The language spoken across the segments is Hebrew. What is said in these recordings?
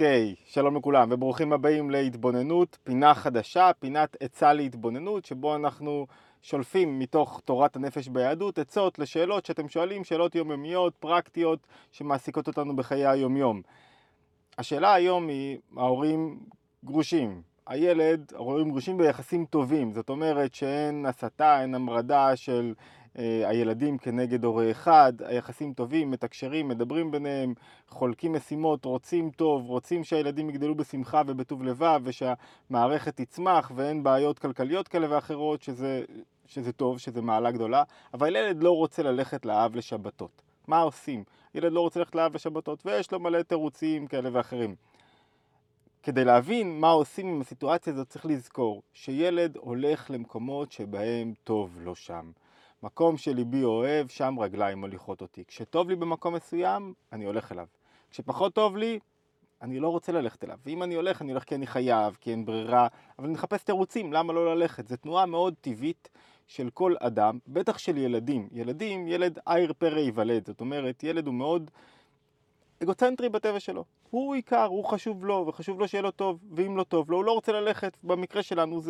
אוקיי, שלום לכולם וברוכים הבאים להתבוננות, פינה חדשה, פינת עצה להתבוננות, שבו אנחנו שולפים מתוך תורת הנפש ביהדות עצות לשאלות שאתם שואלים, שאלות יומיומיות, פרקטיות, שמעסיקות אותנו בחיי היומיום. השאלה היום היא, ההורים גרושים. ההורים גרושים ביחסים טובים, זאת אומרת שאין הסתה, אין המרדה של הילדים כנגד הורה אחד, היחסים טובים, מתקשרים, מדברים ביניהם, חולקים משימות, רוצים טוב, רוצים שהילדים יגדלו בשמחה ובטוב לבב ושהמערכת תצמח ואין בעיות כלכליות כאלה ואחרות, שזה טוב, שזה מעלה גדולה, אבל ילד לא רוצה ללכת לאב לשבתות. מה עושים? ילד לא רוצה ללכת לאב לשבתות ויש לו מלא תירוצים כאלה ואחרים. כדי להבין מה עושים עם הסיטואציה הזאת צריך לזכור שילד הולך למקומות שבהם טוב לו שם. מקום שליבי אוהב, שם רגליים מוליכות אותי. כשטוב לי במקום מסוים, אני הולך אליו. כשפחות טוב לי, אני לא רוצה ללכת אליו. ואם אני הולך כי אני חייב, כי אין ברירה, אבל אני מחפש תירוצים, למה לא ללכת? זו תנועה מאוד טבעית של כל אדם, בטח של ילדים. ילד עיר פרא ייוולד. זאת אומרת, ילד הוא מאוד אגוצנטרי בטבע שלו. הוא עיקר, הוא חשוב לו, וחשוב לו שיהיה לו טוב, ואם לא טוב לו, הוא לא רוצה ללכת. במקרה שלנו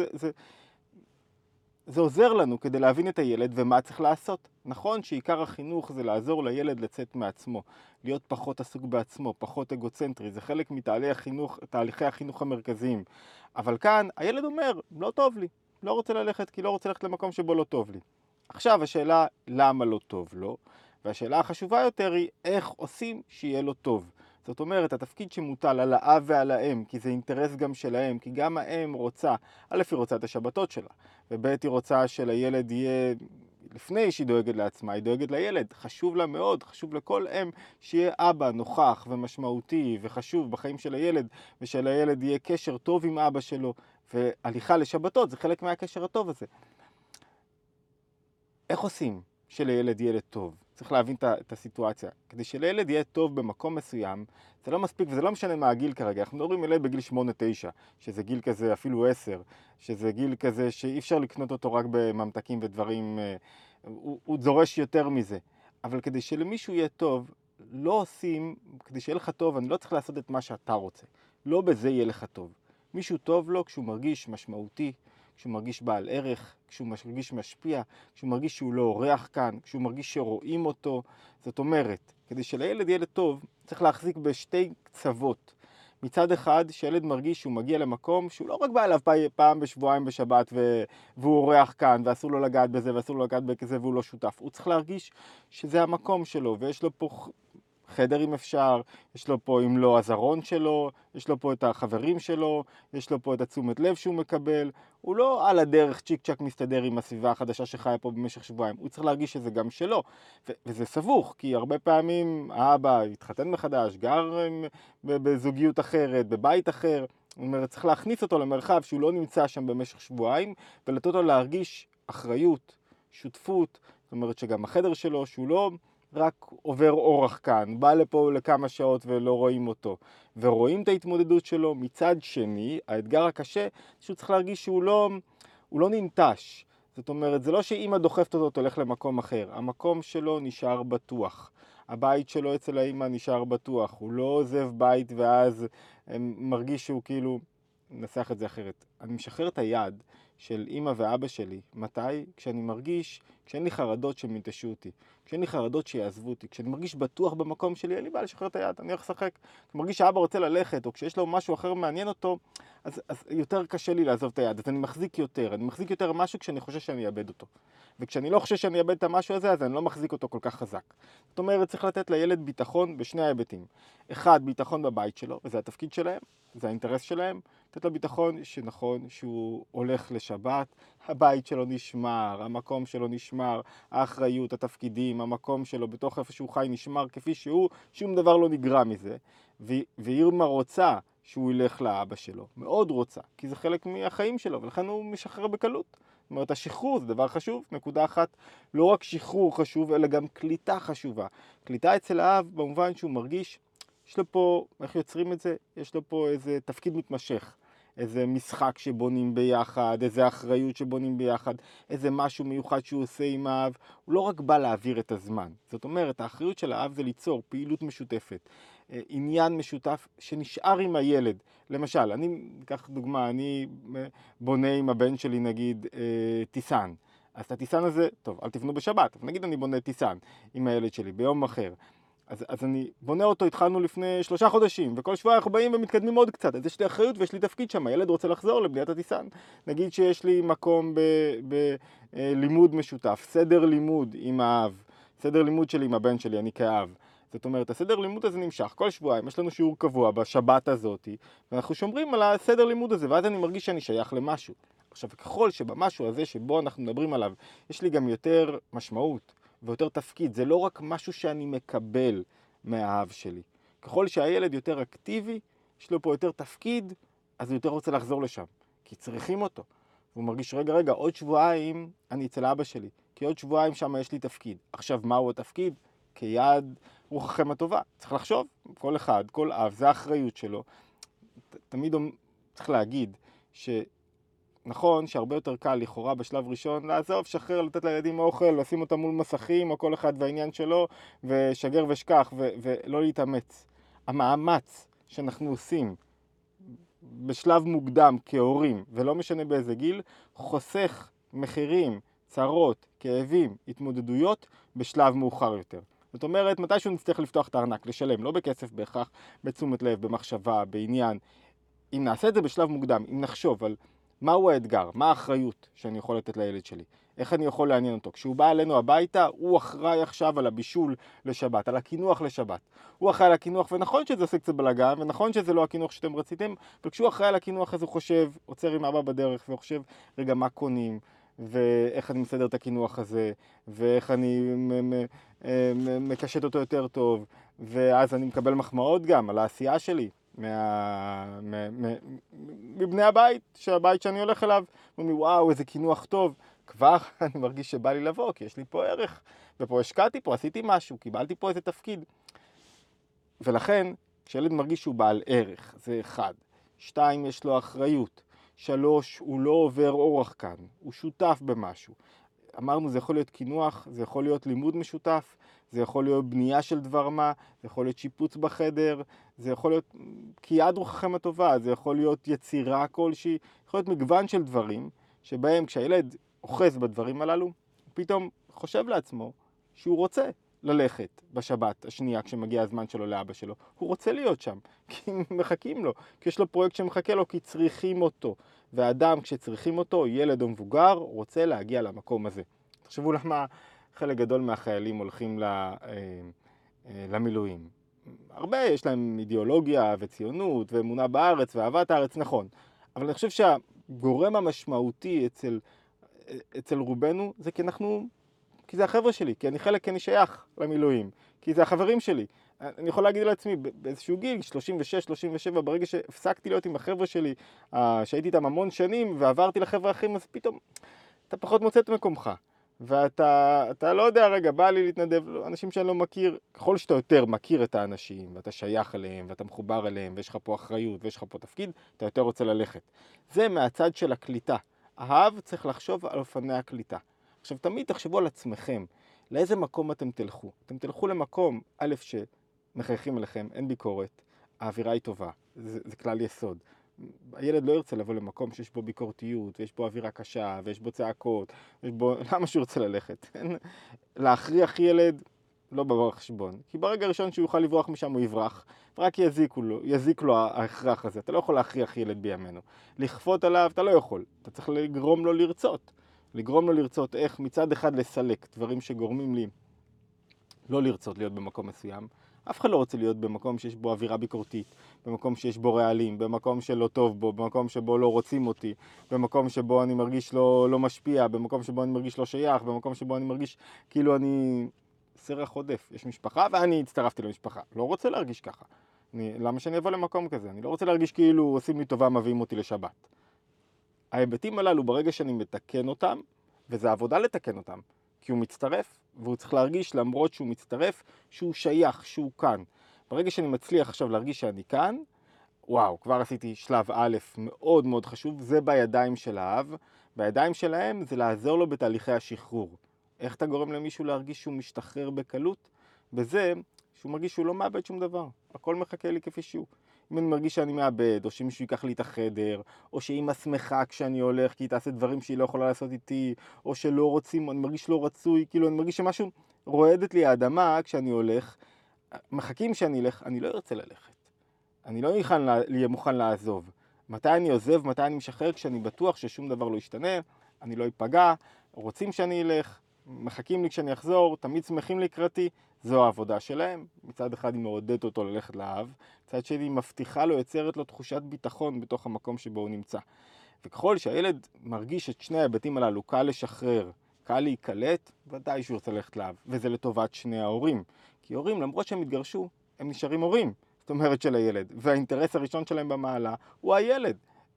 זה עוזר לנו כדי להבין את הילד ומה צריך לעשות. נכון שעיקר החינוך זה לעזור לילד לצאת מעצמו, להיות פחות עסוק בעצמו, פחות אגוצנטרי, זה חלק תהליכי החינוך המרכזיים. אבל כאן הילד אומר, לא טוב לי, לא רוצה ללכת כי לא רוצה ללכת למקום שבו לא טוב לי. עכשיו השאלה, למה לא טוב לו? והשאלה החשובה יותר היא, איך עושים שיהיה לו טוב? זאת אומרת, התפקיד שמוטל על האב ועל האם, כי זה אינטרס גם שלהם, כי גם האם רוצה, א' היא רוצה את השבתות שלה, וב' היא רוצה שלילד יהיה, לפני שהיא דואגת לעצמה, היא דואגת לילד. חשוב לה מאוד, חשוב לכל אם שיהיה אבא נוכח ומשמעותי וחשוב בחיים של הילד, ושלילד יהיה קשר טוב עם אבא שלו, והליכה לשבתות זה חלק מהקשר הטוב הזה. איך עושים שלילד ילד טוב? צריך להבין את הסיטואציה. כדי שלילד יהיה טוב במקום מסוים, זה לא מספיק, וזה לא משנה מה הגיל כרגע. אנחנו מדברים ילד בגיל 8-9, שזה גיל כזה אפילו 10, שזה גיל כזה שאי אפשר לקנות אותו רק בממתקים ודברים, הוא דורש יותר מזה. אבל כדי שלמישהו יהיה טוב, לא עושים, כדי שיהיה לך טוב, אני לא צריך לעשות את מה שאתה רוצה. לא בזה יהיה לך טוב. מישהו טוב לו כשהוא מרגיש משמעותי, כשהוא מרגיש בעל ערך, כשהוא מרגיש משפיע, כשהוא מרגיש שהוא לא אורח כאן, כשהוא מרגיש שרואים אותו. זאת אומרת, כדי שלילד ילד טוב, צריך להחזיק בשתי קצוות. מצד אחד, שילד מרגיש שהוא מגיע למקום שהוא לא רק בא אליו פעם בשבועיים בשבת והוא אורח כאן ואסור לו לגעת בזה ואסור לו לגעת בזה והוא לא שותף. הוא צריך להרגיש שזה המקום שלו ויש לו פה חדר אם אפשר, יש לו פה אם לא הזרון שלו, יש לו פה את החברים שלו, יש לו פה את התשומת לב שהוא מקבל. הוא לא על הדרך צ'יק צ'ק מסתדר עם הסביבה החדשה שחיה פה במשך שבועיים, הוא צריך להרגיש שזה גם שלו. וזה סבוך, כי הרבה פעמים האבא התחתן מחדש, גר בזוגיות אחרת, בבית אחר. זאת אומרת, צריך להכניס אותו למרחב שהוא לא נמצא שם במשך שבועיים, ולתת אותו להרגיש אחריות, שותפות. זאת אומרת שגם החדר שלו, שהוא לא רק עובר אורח כאן, בא לפה לכמה שעות ולא רואים אותו, ורואים את ההתמודדות שלו. מצד שני, האתגר הקשה, שהוא צריך להרגיש שהוא לא ננטש. זאת אומרת, זה לא שאמא דוחפת אותו, תולך למקום אחר. המקום שלו נשאר בטוח. הבית שלו אצל האמא נשאר בטוח. הוא לא עוזב בית ואז מרגיש שהוא כאילו, ננסח את זה אחרת. אני משחרר את היד של אמא ואבא שלי. מתי? כשאני מרגיש, כשאין לי חרדות שמנטשו אותי, כשאין לי חרדות שיעזבו אותי, כשאני מרגיש בטוח במקום שלי, אין לי בעיה לשחרר את היד, אני הולך לשחק. כשמרגיש שאבא רוצה ללכת, או כשיש לו משהו אחר מעניין אותו, אז יותר קשה לי לעזוב את היד. אז אני מחזיק יותר משהו כשאני חושש שאני אאבד אותו. וכשאני לא חושש שאני אאבד את המשהו הזה, אז אני לא מחזיק אותו כל כך חזק. זאת אומרת, צריך לתת לילד ביטחון בשני ההיבטים. אחד, ביטחון בבית שלו, וזה התפקיד שלהם, זה האינטרס שלהם. לתת לו ביטחון שנכון שהוא הולך לשבת, הבית שלו נשמר, המקום שלו נשמר, האחריות, התפקידים, המקום שלו בתוך איפה שהוא חי נשמר כפי שהוא, שום דבר לא נגרע מזה. ואירמה רוצה שהוא ילך לאבא שלו, מאוד רוצה, כי זה חלק מהחיים שלו, ולכן הוא משחרר בקלות. זאת אומרת, השחרור זה דבר חשוב, נקודה אחת, לא רק שחרור חשוב, אלא גם קליטה חשובה. קליטה אצל האב במובן שהוא מרגיש, יש לו פה, איך יוצרים את זה? יש לו פה איזה תפקיד מתמשך, איזה משחק שבונים ביחד, איזה אחריות שבונים ביחד, איזה משהו מיוחד שהוא עושה עם האב. הוא לא רק בא להעביר את הזמן. זאת אומרת, האחריות של האב זה ליצור פעילות משותפת, עניין משותף שנשאר עם הילד. למשל, אני אקח דוגמה, אני בונה עם הבן שלי נגיד טיסן. אז את הטיסן הזה, טוב, אל תבנו בשבת, אבל נגיד אני בונה טיסן עם הילד שלי ביום אחר. אז אני בונה אותו, התחלנו לפני 3 חודשים, וכל שבוע אנחנו באים ומתקדמים עוד קצת, אז יש לי אחריות ויש לי תפקיד שם, הילד רוצה לחזור לבניית הטיסן. נגיד שיש לי מקום בלימוד משותף, סדר לימוד עם האב, סדר לימוד שלי עם הבן שלי, אני כאב. זאת אומרת, הסדר לימוד הזה נמשך כל שבועיים, יש לנו שיעור קבוע בשבת הזאת, ואנחנו שומרים על הסדר לימוד הזה, ואז אני מרגיש שאני שייך למשהו. עכשיו, ככל שבמשהו הזה שבו אנחנו מדברים עליו, יש לי גם יותר משמעות ויותר תפקיד, זה לא רק משהו שאני מקבל מהאב שלי. ככל שהילד יותר אקטיבי, יש לו פה יותר תפקיד, אז הוא יותר רוצה לחזור לשם, כי צריכים אותו. והוא מרגיש, רגע, עוד שבועיים אני אצל אבא שלי, כי עוד שבועיים שם יש לי תפקיד. עכשיו, מהו התפקיד? כיד רוחכם הטובה. צריך לחשוב, כל אחד, כל אב, זה האחריות שלו. תמיד צריך להגיד נכון שהרבה יותר קל לכאורה בשלב ראשון לעזוב, שחרר, לתת לילדים אוכל, לשים אותם מול מסכים או כל אחד והעניין שלו, ושגר ושכח ולא להתאמץ. המאמץ שאנחנו עושים בשלב מוקדם כהורים, ולא משנה באיזה גיל, חוסך מחירים, צרות, כאבים, התמודדויות בשלב מאוחר יותר. זאת אומרת, מתישהו נצטרך לפתוח את הארנק, לשלם, לא בכסף בהכרח, בתשומת לב, במחשבה, בעניין. אם נעשה את זה בשלב מוקדם, אם נחשוב על מהו האתגר, מה האחריות שאני יכול לתת לילד שלי, איך אני יכול לעניין אותו. כשהוא בא אלינו הביתה, הוא אחראי עכשיו על הבישול לשבת, על הקינוח לשבת. הוא אחראי על הקינוח, ונכון שזה עושה קצת בלגן, ונכון שזה לא הקינוח שאתם רציתם, אבל כשהוא אחראי על הקינוח אז הוא חושב, עוצר עם אבא בדרך, וחושב, רגע, מה קונים, ואיך אני מסדר את הקינוח הזה, ואיך אני מקשט אותו יותר טוב, ואז אני מקבל מחמאות גם על העשייה שלי. מבני הבית, שהבית שאני הולך אליו, אומרים, וואו, איזה קינוח טוב, כבר אני מרגיש שבא לי לבוא, כי יש לי פה ערך, ופה השקעתי פה, עשיתי משהו, קיבלתי פה איזה תפקיד. ולכן, כשילד מרגיש שהוא בעל ערך, זה 1. 2, יש לו אחריות. 3, הוא לא עובר אורח כאן, הוא שותף במשהו. אמרנו, זה יכול להיות קינוח, זה יכול להיות לימוד משותף, זה יכול להיות בנייה של דבר מה, זה יכול להיות שיפוץ בחדר, זה יכול להיות כיד רוחכם הטובה, זה יכול להיות יצירה כלשהי, יכול להיות מגוון של דברים, שבהם כשהילד אוחז בדברים הללו, הוא פתאום חושב לעצמו שהוא רוצה ללכת בשבת השנייה כשמגיע הזמן שלו לאבא שלו. הוא רוצה להיות שם, כי מחכים לו, כי יש לו פרויקט שמחכה לו, כי צריכים אותו. והאדם, כשצריכים אותו, ילד או מבוגר, רוצה להגיע למקום הזה. תחשבו למה חלק גדול מהחיילים הולכים למילואים. הרבה יש להם אידיאולוגיה וציונות ואמונה בארץ ואהבת הארץ, נכון. אבל אני חושב שהגורם המשמעותי אצל רובנו זה כי זה החבר'ה שלי, כי אני שייך למילואים, כי זה החברים שלי. אני יכול להגיד לעצמי, באיזשהו גיל, 36, 37, ברגע שהפסקתי להיות עם החבר'ה שלי, שהייתי איתם המון שנים, ועברתי לחבר'ה אחרים, אז פתאום אתה פחות מוצא את מקומך. ואתה לא יודע, רגע, בא לי להתנדב, אנשים שאני לא מכיר, ככל שאתה יותר מכיר את האנשים, ואתה שייך אליהם, ואתה מחובר אליהם, ויש לך פה אחריות, ויש לך פה תפקיד, אתה יותר רוצה ללכת. זה מהצד של הקליטה. האב צריך לחשוב על אופני הקליטה. עכשיו, תמיד תחשבו על עצמכם, לאיזה מקום אתם תלכו. אתם תלכו למקום, א', שמחייכים אליכם, אין ביקורת, האווירה היא טובה, זה כלל יסוד. הילד לא ירצה לבוא למקום שיש בו ביקורתיות, ויש בו אווירה קשה, ויש בו צעקות, למה שהוא ירצה ללכת? להכריח ילד לא בבר חשבון, כי ברגע הראשון שהוא יוכל לברוח משם הוא יברח, ורק יזיק לו ההכרח הזה. אתה לא יכול להכריח ילד בימינו. לכפות עליו אתה לא יכול, אתה צריך לגרום לו לרצות. לגרום לו לרצות איך מצד אחד לסלק דברים שגורמים לי לא לרצות להיות במקום מסוים. אף אחד לא רוצה להיות במקום שיש בו אווירה ביקורתית, במקום שיש בו רעלים, במקום שלא טוב בו, במקום שבו לא רוצים אותי, במקום שבו אני מרגיש לא משפיע, במקום שבו אני מרגיש לא שייך, במקום שבו אני מרגיש כאילו אני סרח עודף. יש משפחה ואני הצטרפתי למשפחה. לא רוצה להרגיש ככה. למה שאני אבוא למקום כזה? אני לא רוצה להרגיש כאילו עושים לי טובה, מביאים אותי לשבת. ההיבטים הללו, ברגע שאני מתקן אותם, וזה עבודה לתקן אותם, כי הוא מצטרף, והוא צריך להרגיש, למרות שהוא מצטרף, שהוא שייך, שהוא כאן. ברגע שאני מצליח עכשיו להרגיש שאני כאן, וואו, כבר עשיתי שלב א' מאוד מאוד חשוב, זה בידיים של האב. בידיים שלהם זה לעזור לו בתהליכי השחרור. איך אתה גורם למישהו להרגיש שהוא משתחרר בקלות? בזה שהוא מרגיש שהוא לא מאבד שום דבר, הכל מחכה לי כפי שהוא. אם אני מרגיש שאני מאבד, או שמישהו ייקח לי את החדר, או שאמא שמחה כשאני הולך כי היא תעשה דברים שהיא לא יכולה לעשות איתי, או שלא רוצים, אני מרגיש לא רצוי, כאילו אני מרגיש שמשהו רועדת לי האדמה כשאני הולך, מחכים שאני אלך, אני לא ארצה ללכת. אני לא אהיה מוכן לעזוב. מתי אני עוזב, מתי אני משחרר, כשאני בטוח ששום דבר לא ישתנה, אני לא ייפגע, רוצים שאני אלך, מחכים לי כשאני אחזור, תמיד שמחים לקראתי, זו העבודה שלהם. מצד אחד היא מעודדת אותו ללכת לאב, מצד שני היא מבטיחה לו, יוצרת לו תחושת ביטחון בתוך המקום שבו הוא נמצא. וככל שהילד מרגיש את שני ההיבטים הללו, קל לשחרר, קל להיקלט, ודאי שהוא רוצה ללכת לאב, וזה לטובת שני ההורים. כי הורים, למרות שהם התגרשו, הם נשארים הורים, זאת אומרת של הילד, והאינטרס הראשון שלהם במעלה הוא הילד.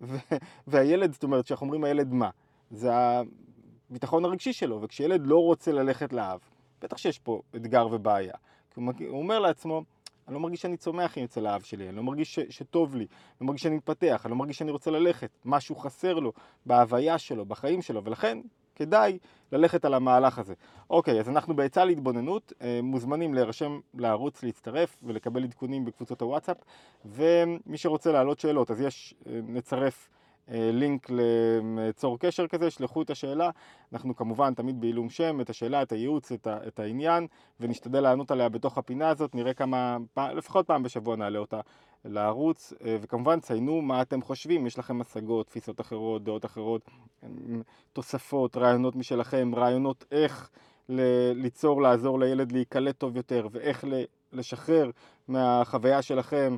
והילד, זאת אומרת, שאנחנו אומרים הילד מה? זה הביטחון הרגשי שלו, וכשילד לא רוצה ללכת לאב, בטח שיש פה אתגר ובעיה. כי הוא אומר לעצמו, אני לא מרגיש שאני צומח אצל האב שלי, אני לא מרגיש שטוב לי, אני לא מרגיש שאני מתפתח, אני לא מרגיש שאני רוצה ללכת, משהו חסר לו בהוויה שלו, בחיים שלו, ולכן כדאי ללכת על המהלך הזה. אוקיי, אז אנחנו בעצה להתבוננות, מוזמנים להירשם לערוץ, להצטרף ולקבל עדכונים בקבוצות הוואטסאפ, ומי שרוצה להעלות שאלות, אז נצרף לינק לצור קשר כזה, שלחו את השאלה, אנחנו כמובן תמיד בעילום שם, את השאלה, את הייעוץ, את העניין, ונשתדל לענות עליה בתוך הפינה הזאת, נראה לפחות פעם בשבוע נעלה אותה לערוץ, וכמובן ציינו מה אתם חושבים, יש לכם השגות, תפיסות אחרות, דעות אחרות, תוספות, רעיונות משלכם, רעיונות איך ליצור, לעזור לילד להיקלט טוב יותר, ואיך לשחרר מהחוויה שלכם,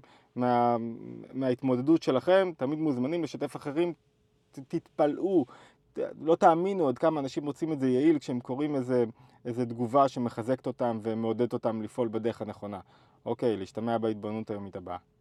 מההתמודדות שלכם, תמיד מוזמנים לשתף אחרים, תתפלאו, לא תאמינו עד כמה אנשים מוצאים את זה יעיל כשהם קוראים איזה תגובה שמחזקת אותם ומעודדת אותם לפעול בדרך הנכונה. אוקיי, להשתמע בהתבוננות היומית הבאה.